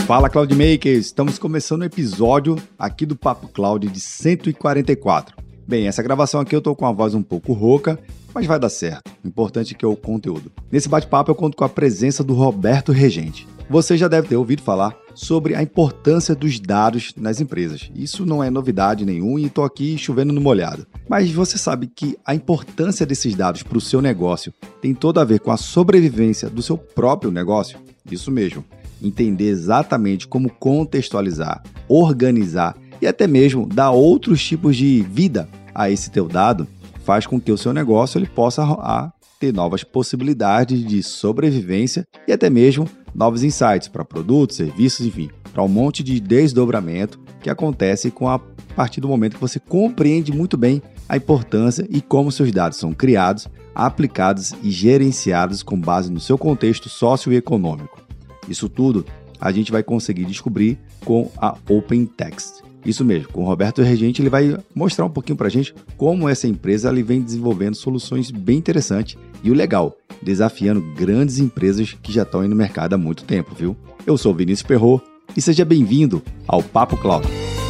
Fala Cloudmakers, estamos começando o episódio aqui do Papo Cloud de 144. Bem, essa gravação aqui eu tô com a voz um pouco rouca, mas vai dar certo. O importante é que é o conteúdo. Nesse bate-papo eu conto com a presença do Roberto Regente. Você já deve ter ouvido falar sobre a importância dos dados nas empresas. Isso não é novidade nenhuma e estou aqui chovendo no molhado. Mas você sabe que a importância desses dados para o seu negócio tem toda a ver com a sobrevivência do seu próprio negócio? Isso mesmo. Entender exatamente como contextualizar, organizar e até mesmo dar outros tipos de vida a esse teu dado faz com que o seu negócio ele possa ter novas possibilidades de sobrevivência e até mesmo novos insights para produtos, serviços, enfim, para um monte de desdobramento que acontece a partir do momento que você compreende muito bem a importância e como seus dados são criados, aplicados e gerenciados com base no seu contexto socioeconômico. Isso tudo a gente vai conseguir descobrir com a OpenText. Isso mesmo, com o Roberto Regente ele vai mostrar um pouquinho para a gente como essa empresa ele vem desenvolvendo soluções bem interessantes e o legal, desafiando grandes empresas que já estão aí no mercado há muito tempo, viu? Eu sou o Vinícius Perrot e seja bem-vindo ao Papo Cloud.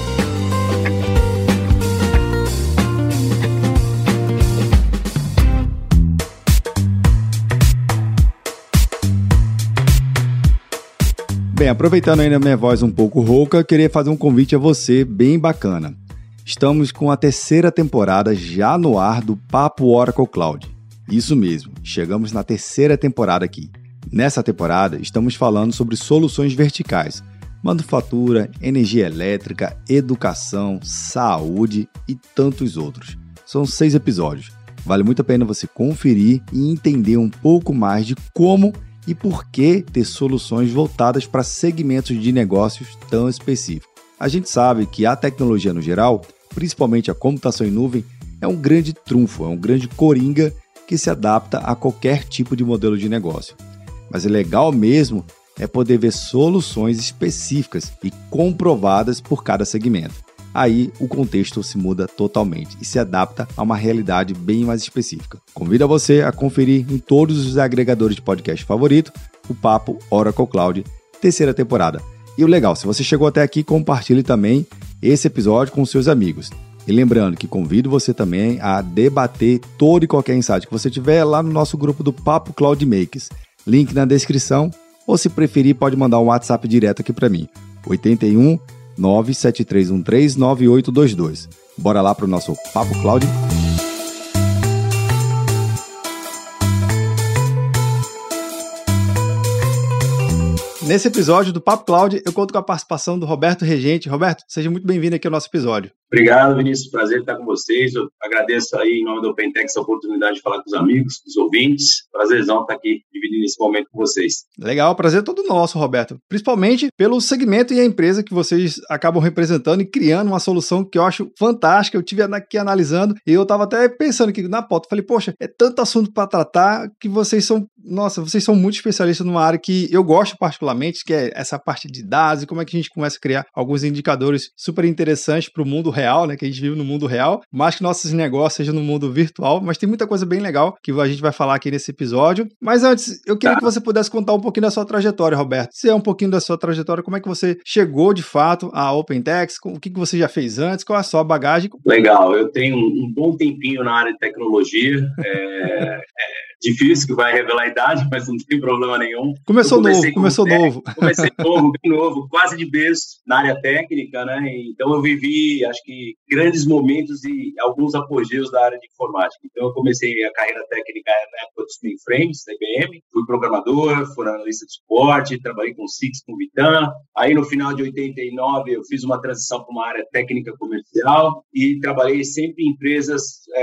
Bem, aproveitando ainda a minha voz um pouco rouca, queria fazer um convite a você bem bacana. Estamos com a 3ª temporada já no ar do Papo Oracle Cloud. Isso mesmo, chegamos na 3ª temporada aqui. Nessa temporada, estamos falando sobre soluções verticais, manufatura, energia elétrica, educação, saúde e tantos outros. São 6 episódios. Vale muito a pena você conferir e entender um pouco mais de como e por que ter soluções voltadas para segmentos de negócios tão específicos. A gente sabe que a tecnologia no geral, principalmente a computação em nuvem, é um grande trunfo, é um grande coringa que se adapta a qualquer tipo de modelo de negócio. Mas é legal mesmo é poder ver soluções específicas e comprovadas por cada segmento. Aí o contexto se muda totalmente e se adapta a uma realidade bem mais específica. Convido você a conferir em todos os agregadores de podcast favorito o Papo Oracle Cloud, 3ª temporada. E o legal, se você chegou até aqui, compartilhe também esse episódio com seus amigos. E lembrando que convido você também a debater todo e qualquer insight que você tiver lá no nosso grupo do Papo Cloud Makers. Link na descrição, ou se preferir pode mandar um WhatsApp direto aqui para mim, 81 973139822. Bora lá pro nosso Papo Cloud. Nesse episódio do Papo Cloud, eu conto com a participação do Roberto Regente. Roberto, seja muito bem-vindo aqui ao nosso episódio. Obrigado, Vinícius. Prazer estar com vocês. Eu agradeço aí, em nome da OpenText, a oportunidade de falar com os amigos, com os ouvintes. Prazerzão estar aqui, dividindo esse momento com vocês. Legal, prazer todo nosso, Roberto. Principalmente pelo segmento e a empresa que vocês acabam representando e criando uma solução que eu acho fantástica. Eu estive aqui analisando e eu estava até pensando aqui na pauta. Falei, poxa, é tanto assunto para tratar que vocês são muito especialistas numa área que eu gosto particularmente, que é essa parte de dados e como é que a gente começa a criar alguns indicadores super interessantes para o mundo real, né, que a gente vive no mundo real, mas que nossos negócios sejam no mundo virtual, mas tem muita coisa bem legal que a gente vai falar aqui nesse episódio. Mas antes, eu queria que você pudesse contar um pouquinho da sua trajetória, Roberto. Se é um pouquinho da sua trajetória, como é que você chegou de fato à OpenText, o que você já fez antes, qual é a sua bagagem? Legal, eu tenho um bom tempinho na área de tecnologia, difícil que vai revelar a idade, mas não tem problema nenhum. Começou novo. Comecei novo, bem novo, quase de berço na área técnica, né? Então eu vivi, acho que, grandes momentos e alguns apogeus da área de informática. Então eu comecei a carreira técnica na época dos mainframes, da IBM, fui programador, fui analista de suporte, trabalhei com Six, com Vitan. Aí no final de 89 eu fiz uma transição para uma área técnica comercial e trabalhei sempre em empresas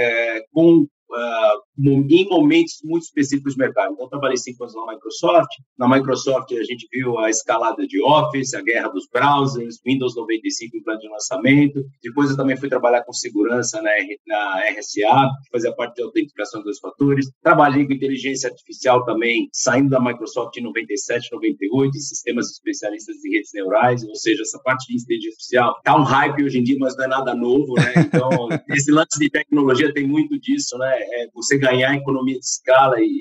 em momentos muito específicos do mercado. Então, eu trabalhei 5 anos na Microsoft. Na Microsoft, a gente viu a escalada de Office, a guerra dos browsers, Windows 95 em plano de lançamento. Depois, eu também fui trabalhar com segurança na RSA, que fazia parte da autenticação dos 2 fatores. Trabalhei com inteligência artificial também, saindo da Microsoft em 97, 98, em sistemas especialistas de redes neurais, ou seja, essa parte de inteligência artificial está um hype hoje em dia, mas não é nada novo, né? Então, esse lance de tecnologia tem muito disso, né? É você ganhar economia de escala e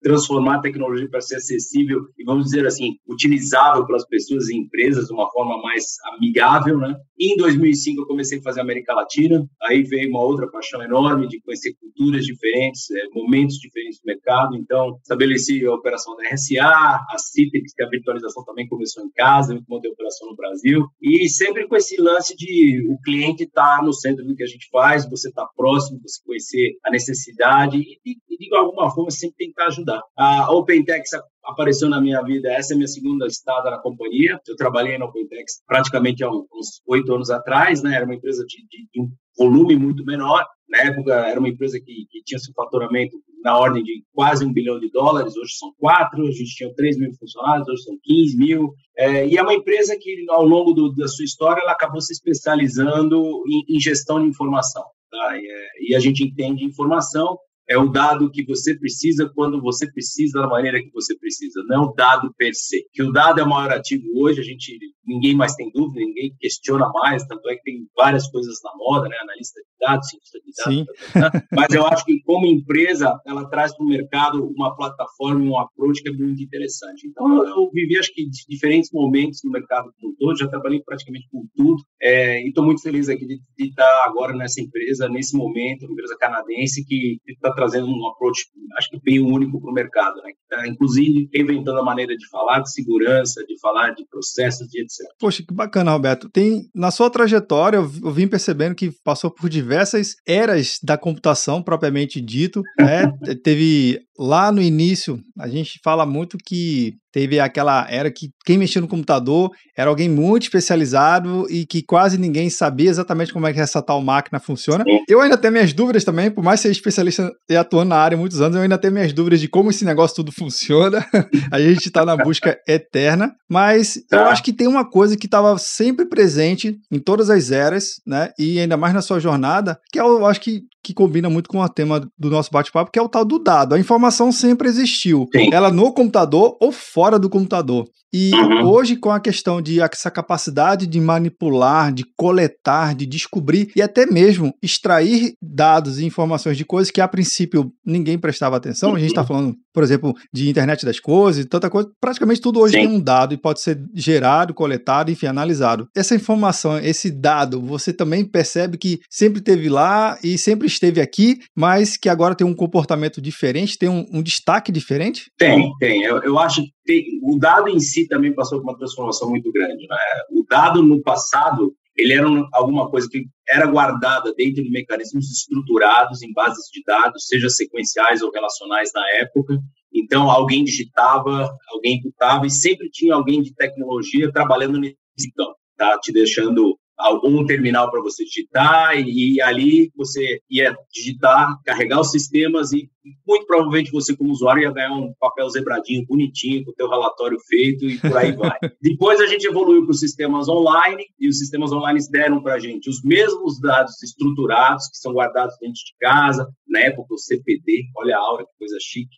transformar a tecnologia para ser acessível e, vamos dizer assim, utilizável pelas pessoas e empresas de uma forma mais amigável, né? E em 2005 eu comecei a fazer América Latina, aí veio uma outra paixão enorme de conhecer culturas diferentes, momentos diferentes do mercado, então estabeleci a operação da RSA, a Citex, que a virtualização também começou em casa, eu montei a operação no Brasil, e sempre com esse lance de o cliente estar no centro do que a gente faz, você estar próximo, você conhecer a necessidade e de alguma forma sempre tentar ajudar. A OpenTex apareceu na minha vida, essa é a minha segunda estada na companhia, eu trabalhei na OpenTex praticamente há uns 8 anos atrás, né? Era uma empresa de um volume muito menor, na época era uma empresa que tinha seu faturamento na ordem de quase $1 bilhão, hoje são 4, a gente tinha 3 mil funcionários, hoje são 15 mil, e é uma empresa que ao longo da sua história ela acabou se especializando em gestão de informação, tá? E a gente entende informação, é o dado que você precisa quando você precisa, da maneira que você precisa, não é o dado per se. Que o dado é o maior ativo hoje, ninguém mais tem dúvida, ninguém questiona mais, tanto é que tem várias coisas na moda, né? Analista de dados, cientista de dados, né? Mas eu acho que como empresa, ela traz para o mercado uma plataforma, um approach que é muito interessante. Então, eu vivi, acho que, diferentes momentos no mercado como um todo, já trabalhei praticamente com tudo, e estou muito feliz aqui de estar agora nessa empresa, nesse momento, uma empresa canadense que está trazendo um approach, acho que bem único para o mercado, né? Que está, inclusive, reinventando a maneira de falar de segurança, de falar de processos, de etc. Poxa, que bacana, Roberto. Na sua trajetória, eu vim percebendo que passou por diversas eras da computação, propriamente dito, né? Teve lá no início, a gente fala muito que teve aquela era que quem mexia no computador era alguém muito especializado e que quase ninguém sabia exatamente como é que essa tal máquina funciona. Eu ainda tenho minhas dúvidas também, por mais ser especialista e atuando na área há muitos anos, eu ainda tenho minhas dúvidas de como esse negócio tudo funciona. A gente está na busca eterna, mas eu acho que tem uma coisa que estava sempre presente em todas as eras, né? E ainda mais na sua jornada, que eu acho que combina muito com o tema do nosso bate-papo, que é o tal do dado. A informação sempre existiu. Sim. Ela no computador ou fora do computador. E hoje, com a questão de essa capacidade de manipular, de coletar, de descobrir e até mesmo extrair dados e informações de coisas que, a princípio, ninguém prestava atenção. A gente está falando, por exemplo, de internet das coisas e tanta coisa. Praticamente tudo hoje tem um dado e pode ser gerado, coletado, enfim, analisado. Essa informação, esse dado, você também percebe que sempre esteve lá e sempre esteve aqui, mas que agora tem um comportamento diferente, tem um destaque diferente? Tem. Eu acho que o dado em si também passou por uma transformação muito grande, né? O dado no passado, ele era alguma coisa que era guardada dentro de mecanismos estruturados em bases de dados, seja sequenciais ou relacionais na época. Então, alguém digitava, alguém imputava e sempre tinha alguém de tecnologia trabalhando nesse campo, tá? Te deixando algum terminal para você digitar e ali você ia digitar, carregar os sistemas e muito provavelmente você como usuário ia ganhar um papel zebradinho, bonitinho, com o teu relatório feito e por aí vai. Depois a gente evoluiu para os sistemas online e os sistemas online deram para a gente os mesmos dados estruturados que são guardados dentro de casa, na época o CPD, olha a aura, que coisa chique,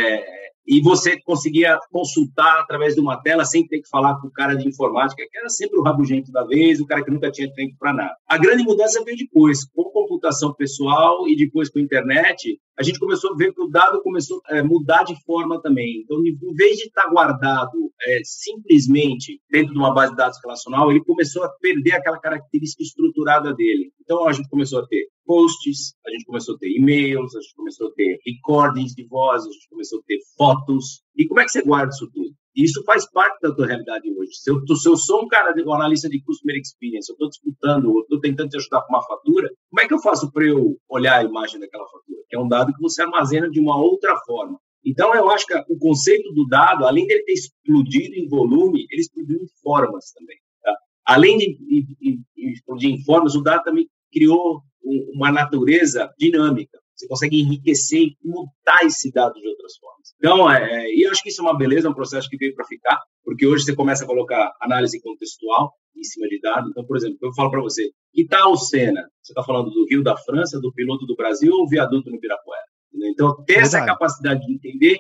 e você conseguia consultar através de uma tela sem ter que falar com o cara de informática, que era sempre o rabugento da vez, o cara que nunca tinha tempo para nada. A grande mudança veio depois, com computação pessoal e depois com a internet, a gente começou a ver que o dado começou a mudar de forma também. Então, em vez de estar guardado simplesmente dentro de uma base de dados relacional, ele começou a perder aquela característica estruturada dele. Então, a gente começou a ter posts, a gente começou a ter e-mails, a gente começou a ter recordings de voz, a gente começou a ter fotos. E como é que você guarda isso tudo? Isso faz parte da tua realidade hoje. Se eu sou um cara, um analista de Customer Experience, eu estou disputando, eu estou tentando te ajudar com uma fatura, como é que eu faço para eu olhar a imagem daquela fatura? Que é um dado que você armazena de uma outra forma. Então, eu acho que o conceito do dado, além dele ter explodido em volume, ele explodiu em formas também. Tá? Além de explodir em formas, o dado também criou uma natureza dinâmica. Você consegue enriquecer e mutar esse dado de outras formas. Então, e eu acho que isso é uma beleza, é um processo que veio para ficar, porque hoje você começa a colocar análise contextual em cima de dados. Então, por exemplo, eu falo para você, que tal Senna? Você está falando do Rio da França, do piloto do Brasil ou o viaduto no Ibirapuera? Então, ter essa capacidade de entender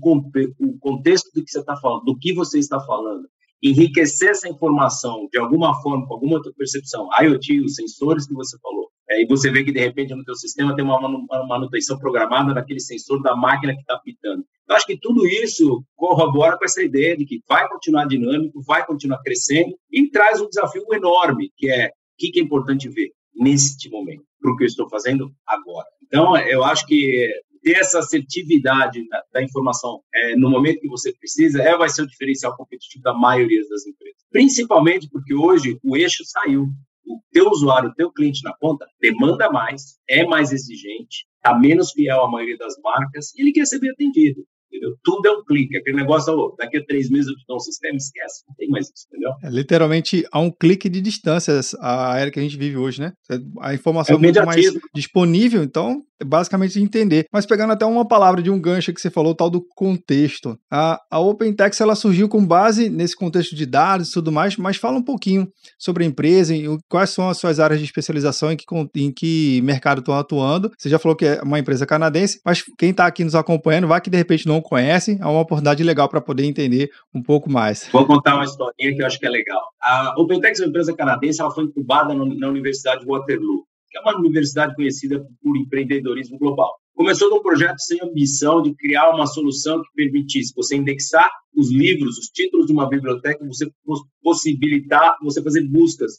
o contexto do que você está falando, do que você está falando, enriquecer essa informação de alguma forma, com alguma outra percepção, IoT, os sensores que você falou, e você vê que, de repente, no teu sistema tem uma manutenção programada daquele sensor da máquina que está apitando. Eu acho que tudo isso corrobora com essa ideia de que vai continuar dinâmico, vai continuar crescendo e traz um desafio enorme, que é o que é importante ver neste momento, para o que eu estou fazendo agora. Então, eu acho que ter essa assertividade da informação no momento que você precisa vai ser o diferencial competitivo da maioria das empresas. Principalmente porque hoje o eixo saiu. O teu usuário, o teu cliente na ponta demanda mais, é mais exigente, está menos fiel à maioria das marcas e ele quer ser bem atendido. Entendeu? Tudo é um clique. Aquele negócio, daqui a 3 meses eu te dou um sistema, esquece. Não tem mais isso, entendeu? Literalmente a um clique de distância a era que a gente vive hoje, né? A informação é muito mais disponível, então é basicamente entender. Mas pegando até uma palavra de um gancho que você falou, tal do contexto. A OpenText, ela surgiu com base nesse contexto de dados e tudo mais, mas fala um pouquinho sobre a empresa e quais são as suas áreas de especialização, em que mercado estão atuando. Você já falou que é uma empresa canadense, mas quem está aqui nos acompanhando, vai que de repente não conhece, é uma oportunidade legal para poder entender um pouco mais. Vou contar uma historinha que eu acho que é legal. A OpenText é uma empresa canadense, ela foi incubada na Universidade de Waterloo, que é uma universidade conhecida por empreendedorismo global. Começou num projeto sem ambição de criar uma solução que permitisse você indexar os livros, os títulos de uma biblioteca, você possibilitar você fazer buscas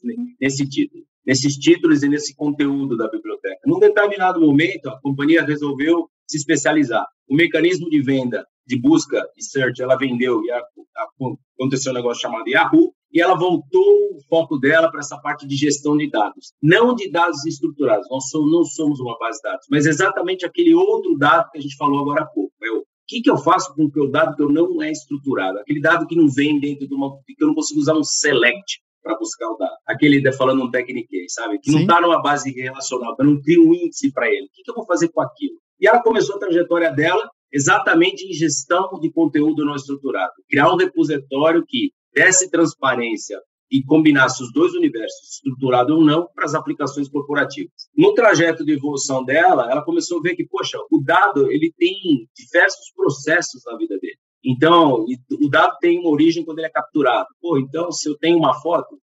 nesses títulos e nesse conteúdo da biblioteca. Num determinado momento, a companhia resolveu se especializar. O mecanismo de venda, de busca e search, ela vendeu e aconteceu um negócio chamado Yahoo, e ela voltou o foco dela para essa parte de gestão de dados. Não de dados estruturados, nós não somos uma base de dados, mas exatamente aquele outro dado que a gente falou agora há pouco. O que eu faço com o dado que eu não é estruturado? Aquele dado que não vem dentro de que eu não consigo usar um select para buscar o dado. Aquele, falando um technique, sabe? Que não está numa base relacional, eu não crio um índice para ele. O que eu vou fazer com aquilo? E ela começou a trajetória dela exatamente em gestão de conteúdo não estruturado. Criar um repositório que desse transparência e combinasse os dois universos, estruturado ou não, para as aplicações corporativas. No trajeto de evolução dela, ela começou a ver que, poxa, o dado ele tem diversos processos na vida dele. Então, o dado tem uma origem quando ele é capturado. Então, se eu tenho uma foto,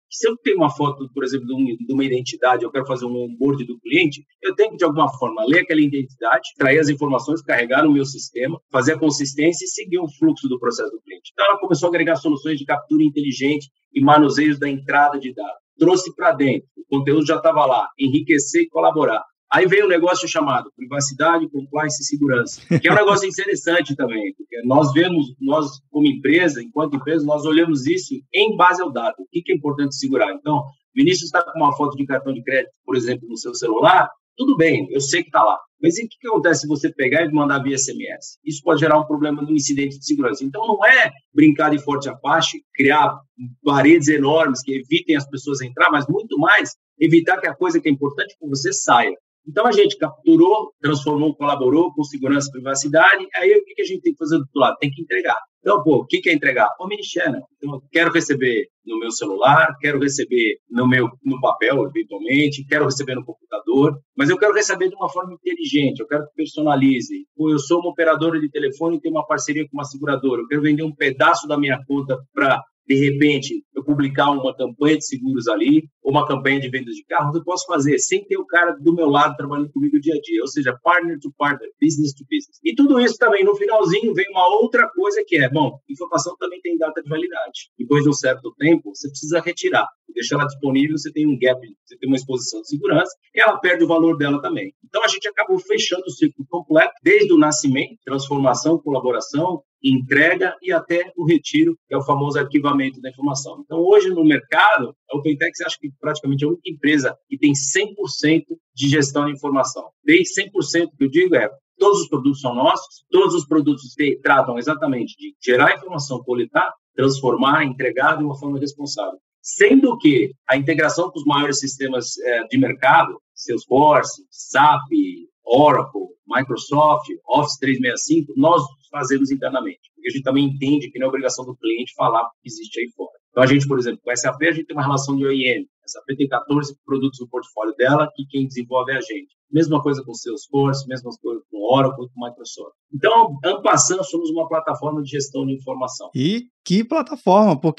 por exemplo, de uma identidade, eu quero fazer um onboard do cliente, eu tenho que, de alguma forma, ler aquela identidade, extrair as informações, carregar no meu sistema, fazer a consistência e seguir o fluxo do processo do cliente. Então, ela começou a agregar soluções de captura inteligente e manuseios da entrada de dados. Trouxe para dentro, o conteúdo já estava lá, enriquecer e colaborar. Aí veio um negócio chamado privacidade, compliance e segurança, que é um negócio interessante também, porque nós como empresa, enquanto empresa, nós olhamos isso em base ao dado. O que é importante segurar? Então, Vinícius está com uma foto de cartão de crédito, por exemplo, no seu celular, tudo bem, eu sei que está lá. Mas e o que acontece se você pegar e mandar via SMS? Isso pode gerar um problema no incidente de segurança. Então, não é brincar de forte Apache, criar paredes enormes que evitem as pessoas entrar, mas muito mais evitar que a coisa que é importante para você saia. Então, a gente capturou, transformou, colaborou com segurança e privacidade. Aí, o que a gente tem que fazer do outro lado? Tem que entregar. Então, o que é entregar? Omnichannel. Então, eu quero receber no meu celular, quero receber no papel, eventualmente, quero receber no computador, mas eu quero receber de uma forma inteligente, eu quero que personalize. Eu sou uma operadora de telefone e tenho uma parceria com uma seguradora, eu quero vender um pedaço da minha conta para, de repente, eu publicar uma campanha de seguros ali, ou uma campanha de vendas de carros, eu posso fazer sem ter o cara do meu lado trabalhando comigo o dia a dia, ou seja, partner to partner, business to business. E tudo isso também, no finalzinho, vem uma outra coisa que é, informação também tem data de validade. Depois de um certo tempo, você precisa retirar. Deixar ela disponível, você tem um gap, você tem uma exposição de segurança, e ela perde o valor dela também. Então, a gente acabou fechando o ciclo completo, desde o nascimento, transformação, colaboração, entrega e até o retiro, que é o famoso arquivamento da informação. Então, hoje no mercado, a OpenText acho que praticamente é a única empresa que tem 100% de gestão de informação. Desde 100% que eu digo todos os produtos são nossos, todos os produtos tratam exatamente de gerar informação, coletar, transformar, entregar de uma forma responsável. Sendo que a integração com os maiores sistemas de mercado, Salesforce, SAP, Oracle, Microsoft, Office 365, nós fazemos internamente. Porque a gente também entende que não é obrigação do cliente falar o que existe aí fora. Então, a gente, por exemplo, com a SAP, a gente tem uma relação de OEM. A SAP tem 14 produtos no portfólio dela que quem desenvolve é a gente. Mesma coisa com Salesforce, mesma coisa com Oracle e com Microsoft. Então, en passant, somos uma plataforma de gestão de informação. E que plataforma, porque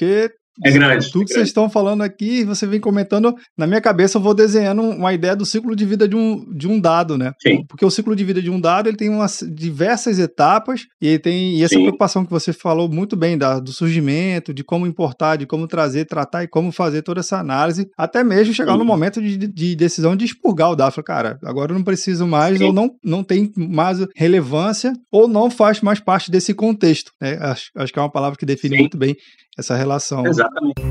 É grande. Tudo que vocês estão falando aqui, você vem comentando, na minha cabeça eu vou desenhando uma ideia do ciclo de vida de um dado, né? Sim. Porque o ciclo de vida de um dado, ele tem diversas etapas e essa preocupação que você falou muito bem do surgimento, de como importar, de como trazer, tratar e como fazer toda essa análise, até mesmo chegar no momento de decisão de expurgar o dado. Falar, cara, agora eu não preciso mais, ou não tem mais relevância, ou não faz mais parte desse contexto, né? Acho que é uma palavra que define muito bem essa relação. Exatamente.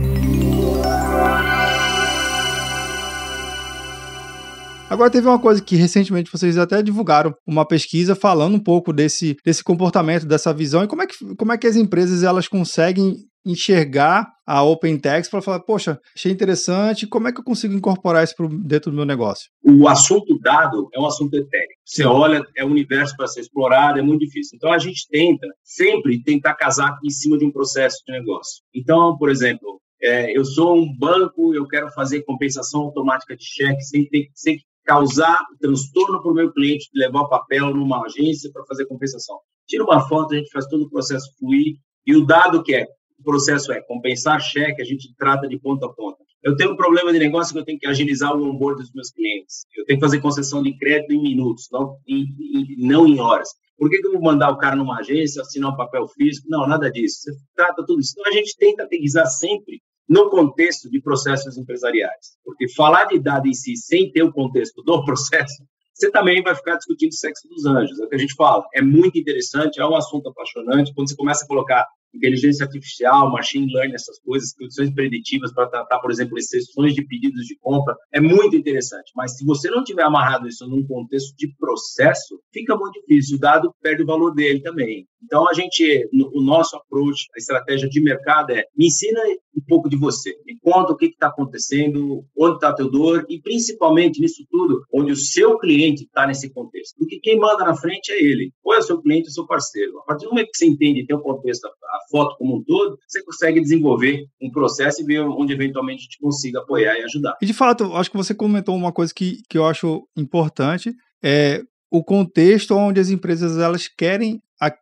Agora, teve uma coisa que recentemente vocês até divulgaram, uma pesquisa falando um pouco desse comportamento, dessa visão, e como é que as empresas elas conseguem enxergar a OpenText para falar, poxa, achei interessante, como é que eu consigo incorporar isso dentro do meu negócio? O assunto dado é um assunto etéreo. Você olha, é um universo para ser explorado, é muito difícil. Então, a gente tenta sempre tentar casar em cima de um processo de negócio. Então, por exemplo, eu sou um banco, eu quero fazer compensação automática de cheque sem causar transtorno para o meu cliente de levar o papel numa agência para fazer compensação. Tira uma foto, a gente faz todo o processo fluir, e o dado que o processo é compensar cheque, a gente trata de ponta a ponta. Eu tenho um problema de negócio que eu tenho que agilizar o onboard dos meus clientes. Eu tenho que fazer concessão de crédito em minutos, não em horas. Por que eu vou mandar o cara numa agência, assinar um papel físico? Não, nada disso. Você trata tudo isso. Então, a gente tenta aterrissar sempre no contexto de processos empresariais. Porque falar de dado em si sem ter o contexto do processo, você também vai ficar discutindo o sexo dos anjos. É o que a gente fala. É muito interessante, é um assunto apaixonante. Quando você começa a colocar inteligência artificial, machine learning, essas coisas, condições preditivas para tratar, por exemplo, exceções de pedidos de compra, é muito interessante. Mas se você não tiver amarrado isso num contexto de processo, fica muito difícil. O dado perde o valor dele também. Então, o nosso approach, a estratégia de mercado me ensina um pouco de você. Me conta o que está acontecendo, onde está a tua dor e, principalmente, nisso tudo, onde o seu cliente está nesse contexto. Porque quem manda na frente é ele. Ou é o seu cliente ou o seu parceiro. A partir do momento que você entende e tem o contexto, a foto como um todo, você consegue desenvolver um processo e ver onde, eventualmente, a gente consiga apoiar e ajudar. E, de fato, acho que você comentou uma coisa que eu acho importante, o contexto onde as empresas elas querem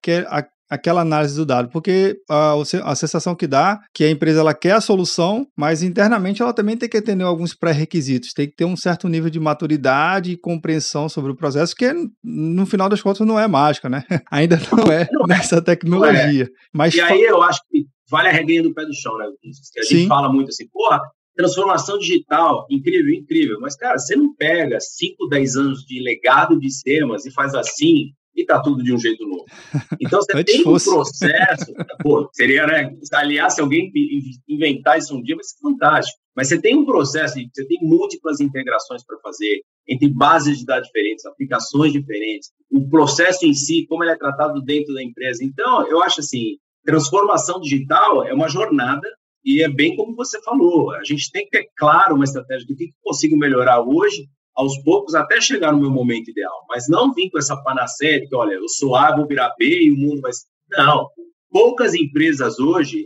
aquela análise do dado, porque a sensação que dá que a empresa ela quer a solução, mas internamente ela também tem que atender alguns pré-requisitos, tem que ter um certo nível de maturidade e compreensão sobre o processo, que no final das contas não é mágica, né? Ainda não é nessa tecnologia. Mas e aí eu acho que vale a regrinha do pé do chão, né? Que a gente fala muito assim, transformação digital, incrível, incrível. Mas, cara, você não pega 5, 10 anos de legado de sistemas e faz assim e tá tudo de um jeito novo. Então, você tem um processo... seria, né? Aliás, se alguém inventar isso um dia, vai ser fantástico. Mas você tem um processo, você tem múltiplas integrações para fazer entre bases de dados diferentes, aplicações diferentes, o processo em si, como ele é tratado dentro da empresa. Então, eu acho assim, transformação digital é uma jornada. E é bem como você falou, a gente tem que ter claro uma estratégia do que eu consigo melhorar hoje, aos poucos, até chegar no meu momento ideal. Mas não vir com essa panaceia de que, olha, eu sou A, vou virar B e o mundo vai... Não. Poucas empresas hoje,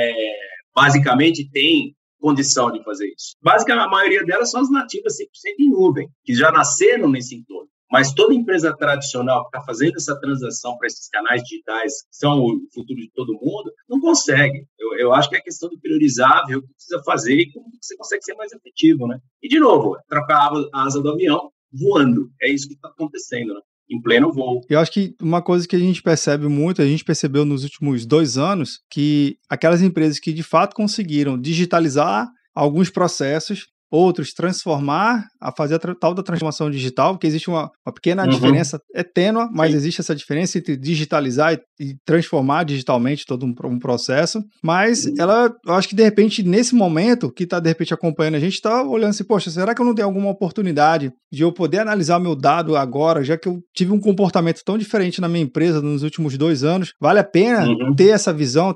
basicamente, têm condição de fazer isso. Basicamente, a maioria delas são as nativas 100% em nuvem, que já nasceram nesse entorno. Mas toda empresa tradicional que está fazendo essa transação para esses canais digitais, que são o futuro de todo mundo, não consegue. Eu acho que é questão de priorizar, ver o que precisa fazer e como você consegue ser mais efetivo, né? E, de novo, trocar a asa do avião voando. É isso que está acontecendo, né? Em pleno voo. Eu acho que uma coisa que a gente percebe muito, a gente percebeu nos últimos 2 anos, que aquelas empresas que de fato conseguiram digitalizar alguns processos, outros transformar, a fazer a tal da transformação digital, porque existe uma pequena diferença, é tênue, mas existe essa diferença entre digitalizar e transformar digitalmente todo um processo, mas eu acho que de repente, nesse momento, que está de repente acompanhando a gente, está olhando assim, poxa, será que eu não tenho alguma oportunidade de eu poder analisar meu dado agora, já que eu tive um comportamento tão diferente na minha empresa nos últimos 2 anos, vale a pena ter essa visão,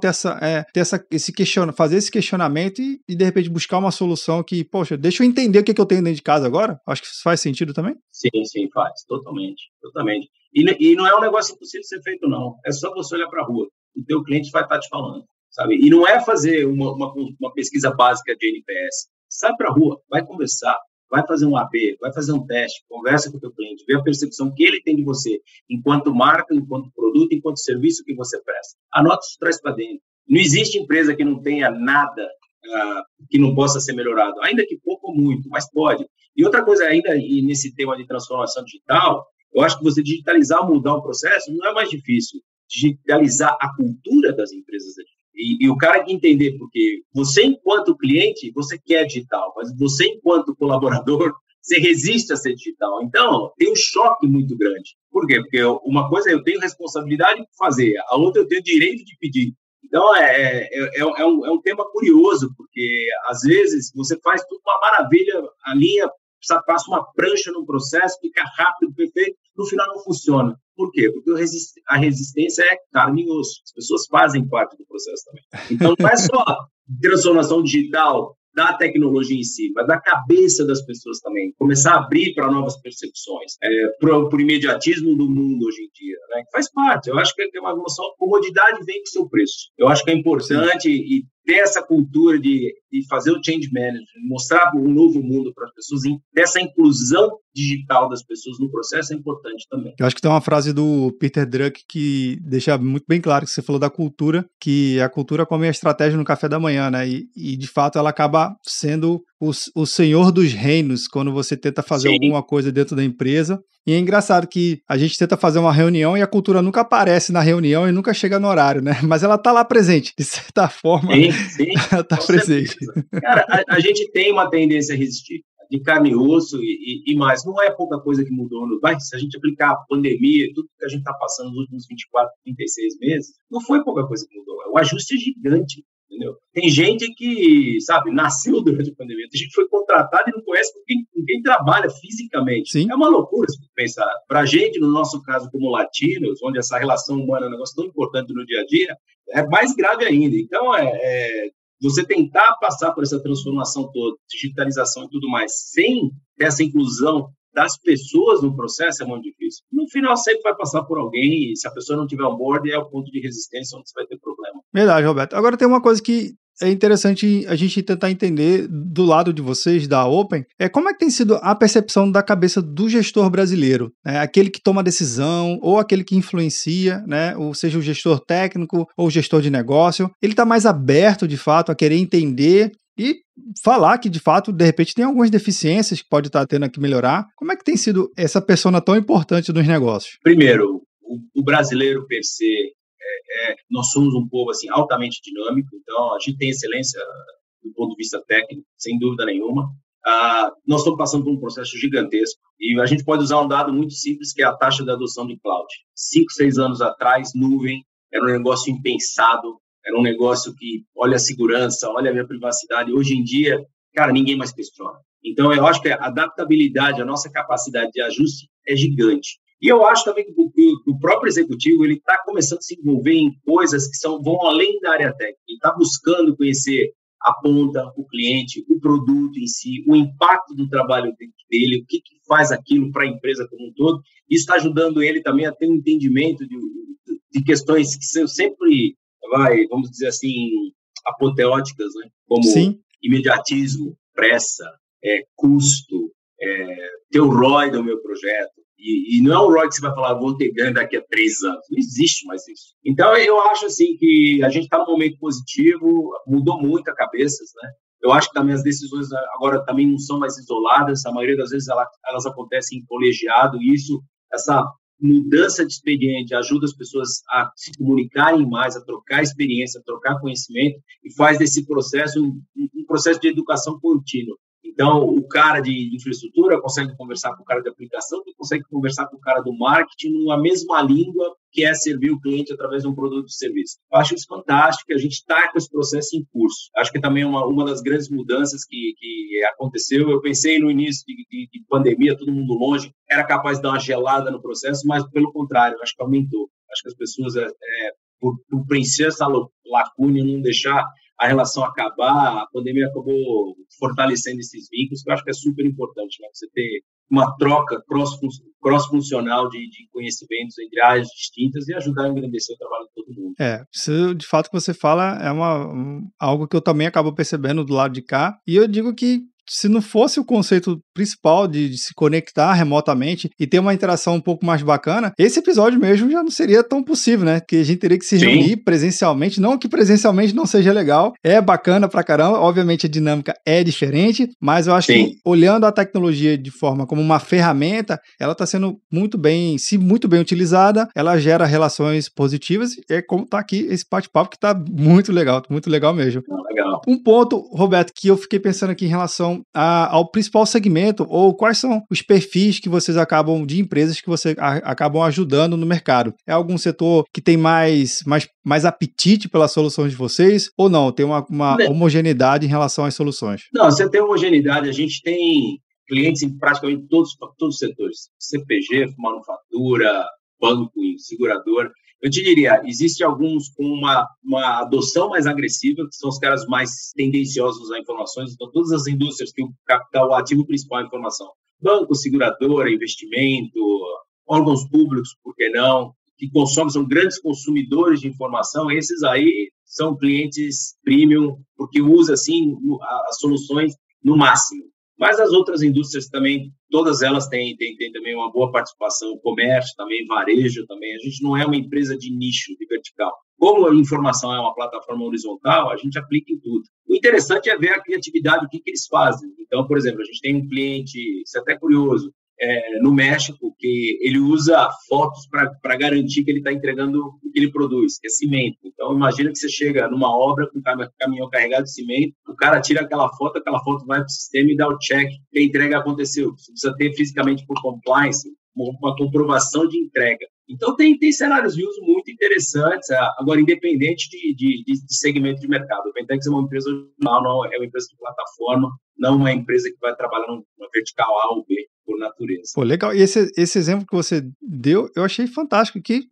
fazer esse questionamento e de repente buscar uma solução que, poxa, deixa eu entender o que eu tenho dentro de casa agora? Acho que isso faz sentido também? Sim, faz. Totalmente. E não é um negócio impossível de ser feito, não. É só você olhar para a rua. O teu cliente vai estar te falando, sabe? E não é fazer uma pesquisa básica de NPS. Sai para a rua, vai conversar, vai fazer um AB, vai fazer um teste, conversa com o teu cliente, vê a percepção que ele tem de você, enquanto marca, enquanto produto, enquanto serviço que você presta. Anota isso, traz para dentro. Não existe empresa que não tenha nada que não possa ser melhorado, ainda que pouco ou muito, mas pode. E outra coisa ainda, e nesse tema de transformação digital, eu acho que você digitalizar ou mudar um processo não é mais difícil. Digitalizar a cultura das empresas é difícil. E o cara que entender, porque você, enquanto cliente, você quer digital, mas você, enquanto colaborador, você resiste a ser digital. Então, tem um choque muito grande. Por quê? Porque uma coisa eu tenho responsabilidade de fazer, a outra eu tenho direito de pedir. Então, é um tema curioso, porque, às vezes, você faz tudo uma maravilha, a linha passa uma prancha no processo, fica rápido, perfeito, no final não funciona. Por quê? Porque a resistência é carne e osso. As pessoas fazem parte do processo também. Então, não é só transformação digital da tecnologia em si, mas da cabeça das pessoas também. Começar a abrir para novas percepções, para o imediatismo do mundo hoje em dia, né? Que faz parte. Eu acho que é uma evolução. Comodidade vem com seu preço. Eu acho que é importante e ter essa cultura de fazer o change management, mostrar um novo mundo para as pessoas, dessa inclusão digital das pessoas no processo é importante também. Eu acho que tem uma frase do Peter Drucker que deixa muito bem claro que você falou da cultura, que a cultura come a estratégia no café da manhã, né? E de fato ela acaba sendo o senhor dos reinos quando você tenta fazer alguma coisa dentro da empresa. E é engraçado que a gente tenta fazer uma reunião e a cultura nunca aparece na reunião e nunca chega no horário, né? Mas ela tá lá presente, de certa forma. Sim, ela tá presente. Cara, a gente tem uma tendência a resistir, de carne e osso e mais. Não é pouca coisa que mudou. Se a gente aplicar a pandemia e tudo que a gente está passando nos últimos 24, 36 meses, não foi pouca coisa que mudou. O ajuste é gigante. Entendeu? Tem gente que, sabe, nasceu durante a pandemia, tem gente que foi contratada e não conhece com quem trabalha fisicamente. Sim. É uma loucura se pensar. Para a gente, no nosso caso, como latinos, onde essa relação humana é um negócio tão importante no dia a dia, é mais grave ainda. Então, você tentar passar por essa transformação toda, digitalização e tudo mais, sem essa inclusão das pessoas no processo é muito difícil. No final, sempre vai passar por alguém, e se a pessoa não tiver on board, é o ponto de resistência onde você vai ter problema. Verdade, Roberto. Agora tem uma coisa que é interessante a gente tentar entender do lado de vocês, da Open, como é que tem sido a percepção da cabeça do gestor brasileiro, né? Aquele que toma decisão ou aquele que influencia, né? Ou seja, o gestor técnico ou o gestor de negócio, ele está mais aberto, de fato, a querer entender e falar que, de fato, de repente tem algumas deficiências que pode estar tendo que melhorar. Como é que tem sido essa persona tão importante nos negócios? Primeiro, o brasileiro per se, nós somos um povo assim, altamente dinâmico, então a gente tem excelência do ponto de vista técnico, sem dúvida nenhuma. Nós estamos passando por um processo gigantesco e a gente pode usar um dado muito simples, que é a taxa de adoção de cloud. 5, 6 anos atrás, nuvem era um negócio impensado, era um negócio que olha a segurança, olha a minha privacidade. Hoje em dia, cara, ninguém mais questiona. Então, eu acho que a adaptabilidade, a nossa capacidade de ajuste é gigante. E eu acho também que o próprio executivo ele está começando a se envolver em coisas que vão além da área técnica. Ele está buscando conhecer a ponta, o cliente, o produto em si, o impacto do trabalho dele, o que faz aquilo para a empresa como um todo. Isso está ajudando ele também a ter um entendimento de questões que são sempre, vamos dizer assim, apoteóticas, né? Como Sim. imediatismo, pressa, custo, ter o ROI do meu projeto. E não é o ROI que você vai falar, vou ter ganho daqui a 3 anos. Não existe mais isso. Então, eu acho assim que a gente está num momento positivo, mudou muito a cabeça, né? Eu acho que também as decisões agora também não são mais isoladas, a maioria das vezes elas acontecem em colegiado, e essa mudança de expediente ajuda as pessoas a se comunicarem mais, a trocar experiência, a trocar conhecimento, e faz desse processo um processo de educação contínua. Então, o cara de infraestrutura consegue conversar com o cara de aplicação, que consegue conversar com o cara do marketing numa mesma língua, que é servir o cliente através de um produto ou serviço. Eu acho isso fantástico, que a gente está com esse processo em curso. Acho que também é uma das grandes mudanças que aconteceu. Eu pensei no início de pandemia, todo mundo longe, era capaz de dar uma gelada no processo, mas pelo contrário, acho que aumentou. Acho que as pessoas, por preencher essa lacuna e não deixar a relação acabar, a pandemia acabou fortalecendo esses vínculos, que eu acho que é super importante, né? Você ter uma troca cross-funcional de conhecimentos entre áreas distintas e ajudar a engrandecer o trabalho de todo mundo. Isso, de fato, que você fala é algo que eu também acabo percebendo do lado de cá, e eu digo que se não fosse o conceito principal de se conectar remotamente e ter uma interação um pouco mais bacana, esse episódio mesmo já não seria tão possível, né? Que a gente teria que se reunir presencialmente, não que presencialmente não seja legal, é bacana pra caramba, obviamente a dinâmica é diferente, mas eu acho que olhando a tecnologia de forma como uma ferramenta, ela está sendo muito bem utilizada, ela gera relações positivas, é como tá aqui esse bate-papo que tá muito legal mesmo. Legal. Um ponto, Roberto, que eu fiquei pensando aqui em relação ao principal segmento, ou quais são os perfis que vocês acabam, de empresas que vocês acabam ajudando no mercado? É algum setor que tem mais apetite pelas soluções de vocês, ou não? Tem uma homogeneidade em relação às soluções? Não, você tem homogeneidade, a gente tem clientes em praticamente todos os setores, CPG, manufatura, banco, seguradora. Eu te diria, existe alguns com uma adoção mais agressiva, que são os caras mais tendenciosos a informações, então todas as indústrias que o ativo principal é a informação. Banco, seguradora, investimento, órgãos públicos, por que não, que consomem, são grandes consumidores de informação, esses aí são clientes premium, porque usa assim as soluções no máximo. Mas as outras indústrias também, todas elas têm também uma boa participação, comércio também, varejo também. A gente não é uma empresa de nicho, de vertical. Como a informação é uma plataforma horizontal, a gente aplica em tudo. O interessante é ver a criatividade, o que eles fazem. Então, por exemplo, a gente tem um cliente, isso é até curioso, no México, que ele usa fotos para garantir que ele está entregando o que ele produz, que é cimento. Então, imagina que você chega numa obra com um caminhão carregado de cimento, o cara tira aquela foto vai para o sistema e dá o check que a entrega aconteceu. Você precisa ter fisicamente por compliance uma comprovação de entrega. Então, tem cenários de uso muito interessantes, agora, independente de segmento de mercado. O Ventex é uma empresa não é uma empresa de plataforma, não é uma empresa que vai trabalhar numa vertical A ou B, por natureza. Pô, legal. E esse exemplo que você deu, eu achei fantástico, que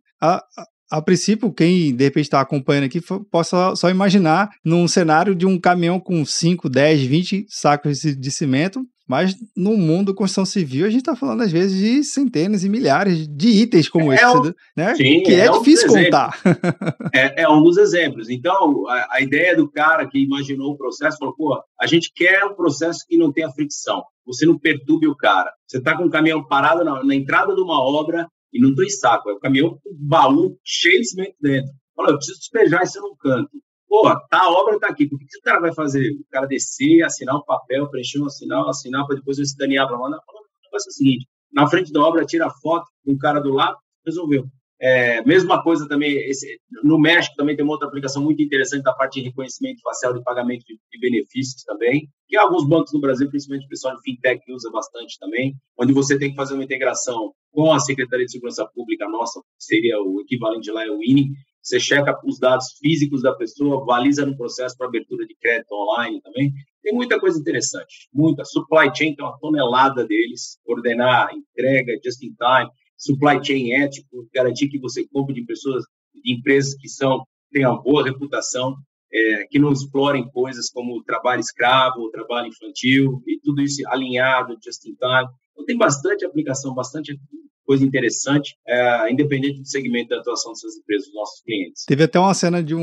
a princípio, quem de repente está acompanhando aqui possa só imaginar num cenário de um caminhão com 5, 10, 20 sacos de cimento, mas no mundo da construção civil a gente está falando às vezes de centenas e milhares de itens como esse, né? Sim, que é difícil contar. É um dos exemplos. Então, a ideia do cara que imaginou o processo, falou, pô, a gente quer um processo que não tenha fricção, você não perturbe o cara. Você está com um caminhão parado na entrada de uma obra e não tem saco, é um caminhão com baú cheio de cimento dentro. Fala, eu preciso despejar isso num canto. Pô, a obra está aqui, o que o cara vai fazer? O cara descer, assinar o papel, preencher um assinar para depois eu escanear para mandar. O negócio é o seguinte, na frente da obra, tira a foto com o cara do lado, resolveu. Mesma coisa também, no México também tem uma outra aplicação muito interessante da parte de reconhecimento facial de pagamento de benefícios também, que alguns bancos no Brasil, principalmente o pessoal de fintech, usa bastante também, onde você tem que fazer uma integração com a Secretaria de Segurança Pública, nossa, seria o equivalente lá, é o INE, você checa os dados físicos da pessoa, valiza no processo para abertura de crédito online também. Tem muita coisa interessante, muita. Supply chain tem uma tonelada deles, coordenar entrega, just in time, supply chain ético, garantir que você compre de pessoas, de empresas que tenham boa reputação, que não explorem coisas como trabalho escravo, trabalho infantil, e tudo isso alinhado, just in time. Então, tem bastante aplicação, bastante coisa interessante, independente do segmento da atuação dessas empresas, dos nossos clientes. Teve até uma cena de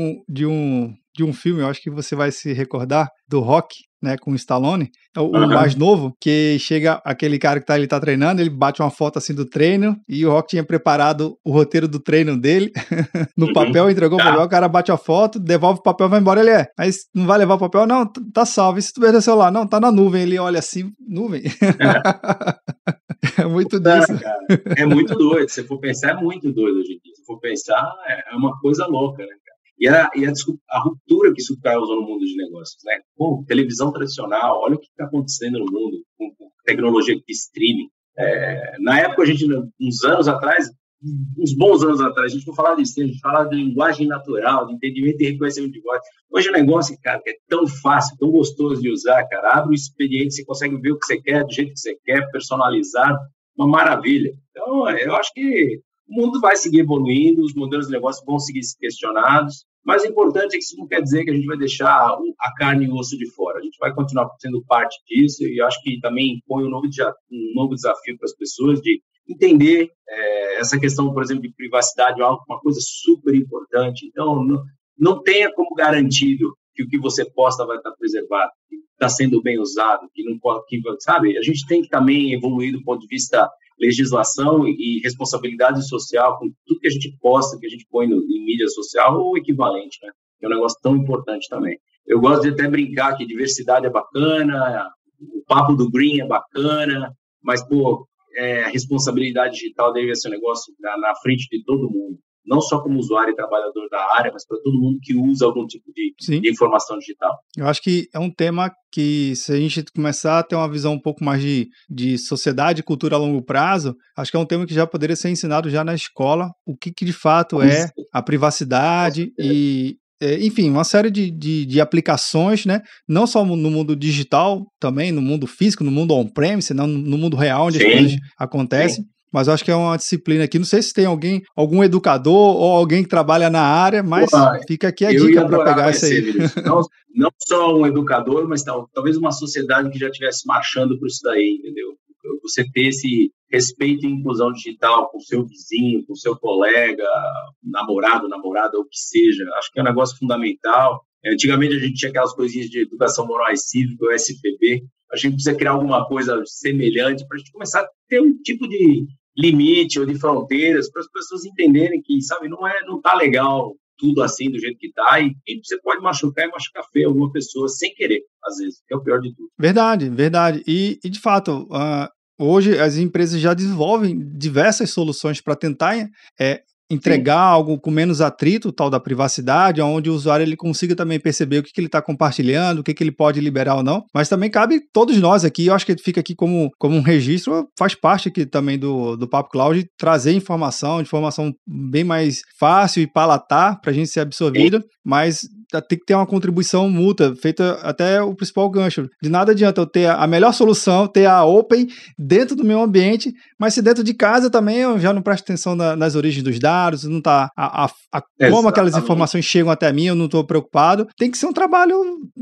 um filme, eu acho que você vai se recordar, do Rock, né, com o Stallone, o mais novo, que chega aquele cara que ele tá treinando, ele bate uma foto assim do treino, e o Rock tinha preparado o roteiro do treino dele no papel, entregou o papel, o cara bate a foto, devolve o papel, vai embora, ele mas não vai levar o papel? Não, tá salvo. E se tu perdeu o celular? Não, tá na nuvem. Ele olha assim, nuvem? É muito disso. Cara, é muito doido. Se for pensar, é muito doido hoje em dia. Se for pensar, é uma coisa louca, né, cara? E a ruptura que isso causou no mundo de negócios, né? Pô, televisão tradicional, olha o que está acontecendo no mundo com tecnologia de streaming. Na época, uns bons anos atrás, a gente não falava de streaming, a gente falava de linguagem natural, de entendimento e reconhecimento de voz. Hoje o negócio, cara, é tão fácil, tão gostoso de usar, cara. Abre o expediente, você consegue ver o que você quer, do jeito que você quer, personalizado, uma maravilha. Então, eu acho que o mundo vai seguir evoluindo, os modelos de negócio vão seguir questionados, mas o importante é que isso não quer dizer que a gente vai deixar a carne e o osso de fora. A gente vai continuar sendo parte disso e eu acho que também põe um novo desafio para as pessoas de entender essa questão, por exemplo, de privacidade, uma coisa super importante. Então, não tenha como garantido que o que você posta vai estar preservado, que está sendo bem usado, que não pode, sabe? A gente tem que também evoluir do ponto de vista legislação e responsabilidade social com tudo que a gente posta, que a gente põe em mídia social ou equivalente, né? É um negócio tão importante também. Eu gosto de até brincar que diversidade é bacana, o papo do green é bacana, mas, a responsabilidade digital deve ser um negócio na frente de todo mundo. Não só como usuário e trabalhador da área, mas para todo mundo que usa algum tipo de informação digital. Eu acho que é um tema que, se a gente começar a ter uma visão um pouco mais de sociedade e cultura a longo prazo, acho que é um tema que já poderia ser ensinado já na escola, o que de fato é a privacidade e... enfim, uma série de aplicações, né? Não só no mundo digital, também no mundo físico, no mundo on-premise, no mundo real, onde as coisas acontecem. Mas eu acho que é uma disciplina aqui. Não sei se tem algum educador ou alguém que trabalha na área, mas fica aqui a dica para pegar isso aí. Não só um educador, mas talvez uma sociedade que já estivesse marchando para isso daí, entendeu? Você ter esse respeito e inclusão digital com o seu vizinho, com o seu colega, namorado, namorada, ou o que seja. Acho que é um negócio fundamental. Antigamente a gente tinha aquelas coisinhas de educação moral e cívica, o SPB. A gente precisa criar alguma coisa semelhante para a gente começar a ter um tipo de limite ou de fronteiras para as pessoas entenderem que, sabe, não tá legal tudo assim do jeito que tá, e você pode machucar feio alguma pessoa sem querer, às vezes, que é o pior de tudo. Verdade. E de fato, hoje as empresas já desenvolvem diversas soluções para tentar entregar algo com menos atrito, tal da privacidade, onde o usuário ele consiga também perceber o que ele está compartilhando, o que ele pode liberar ou não, mas também cabe todos nós aqui, eu acho que fica aqui como um registro, faz parte aqui também do Papo Cloud, trazer informação bem mais fácil e palatar para a gente ser absorvido, mas tem que ter uma contribuição mútua, feita até o principal gancho. De nada adianta eu ter a melhor solução, ter a Open dentro do meu ambiente, mas se dentro de casa também eu já não presto atenção nas origens dos dados, não tá como aquelas informações chegam até mim, eu não estou preocupado. Tem que ser um trabalho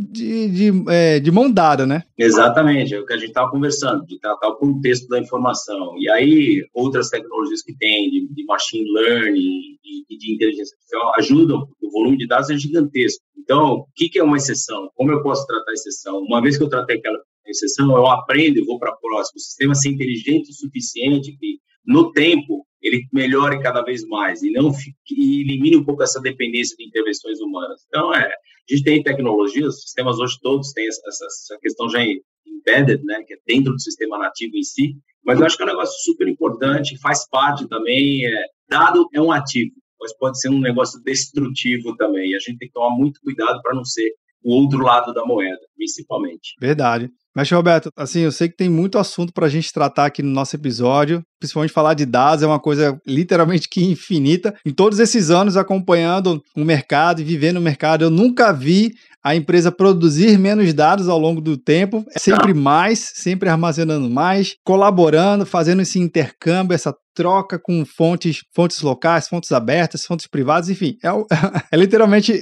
de mão dada, né? Exatamente, é o que a gente estava conversando, de tratar o contexto da informação. E aí, outras tecnologias que tem de machine learning e de inteligência artificial ajudam, porque o volume de dados é gigantesco. Então, o que é uma exceção? Como eu posso tratar a exceção? Uma vez que eu tratei aquela exceção, eu aprendo e vou para a próxima. O sistema ser inteligente o suficiente que, no tempo, ele melhore cada vez mais e elimine um pouco essa dependência de intervenções humanas. Então, a gente tem tecnologias, os sistemas hoje todos têm essa questão já embedded, né, que é dentro do sistema nativo em si, mas eu acho que é um negócio super importante, faz parte também, dado é um ativo, mas pode ser um negócio destrutivo também, e a gente tem que tomar muito cuidado para não ser o outro lado da moeda, principalmente. Verdade. Mas, Roberto, assim, eu sei que tem muito assunto para a gente tratar aqui no nosso episódio, principalmente falar de dados, é uma coisa literalmente que infinita. Em todos esses anos acompanhando o mercado e vivendo o mercado, eu nunca vi a empresa produzir menos dados ao longo do tempo, sempre mais, sempre armazenando mais, colaborando, fazendo esse intercâmbio, essa troca com fontes locais, fontes abertas, fontes privadas, enfim, literalmente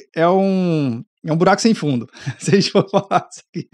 um buraco sem fundo, se a gente for falar isso aqui.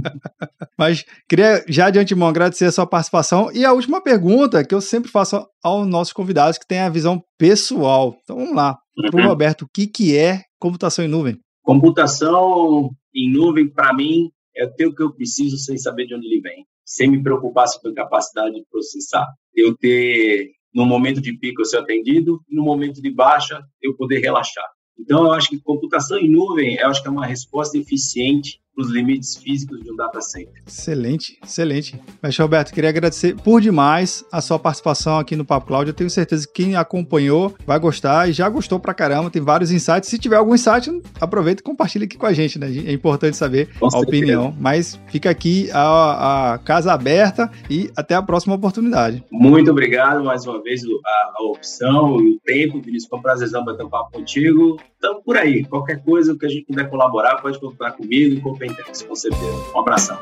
Mas queria já de antemão agradecer a sua participação. E a última pergunta que eu sempre faço aos nossos convidados, que tem a visão pessoal. Então vamos lá. Para o Roberto, o que é computação em nuvem? Computação em nuvem, para mim, é ter o que eu preciso sem saber de onde ele vem. Sem me preocupar se eu tenho capacidade de processar. Eu ter, no momento de pico, eu ser atendido, e no momento de baixa, eu poder relaxar. Então, eu acho que computação em nuvem, eu acho que é uma resposta eficiente para os limites físicos de um data center. Excelente, excelente. Mas, Roberto, queria agradecer por demais a sua participação aqui no Papo Cloud. Eu tenho certeza que quem acompanhou vai gostar e já gostou pra caramba. Tem vários insights. Se tiver algum insight, aproveita e compartilha aqui com a gente, né? É importante saber a opinião. Mas fica aqui a casa aberta e até a próxima oportunidade. Muito obrigado mais uma vez a opção e o tempo, Vinícius. Foi um prazerzão bater um papo contigo. Então, por aí, qualquer coisa que a gente puder colaborar, pode contar comigo e com o Pentex, com certeza. Um abração.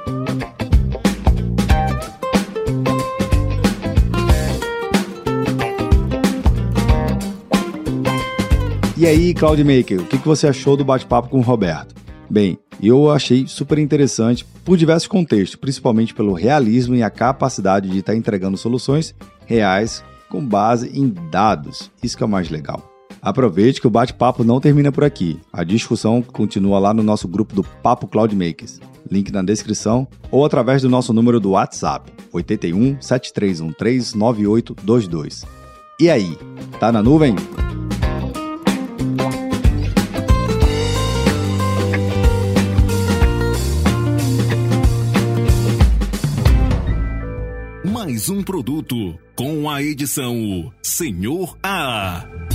E aí, Cloudmaker, o que você achou do bate-papo com o Roberto? Bem, eu achei super interessante por diversos contextos, principalmente pelo realismo e a capacidade de estar entregando soluções reais com base em dados. Isso que é o mais legal. Aproveite que o bate-papo não termina por aqui. A discussão continua lá no nosso grupo do Papo Cloud Makers. Link na descrição ou através do nosso número do WhatsApp, 81 7313 9822. E aí, tá na nuvem? Mais um produto com a edição Senhor A.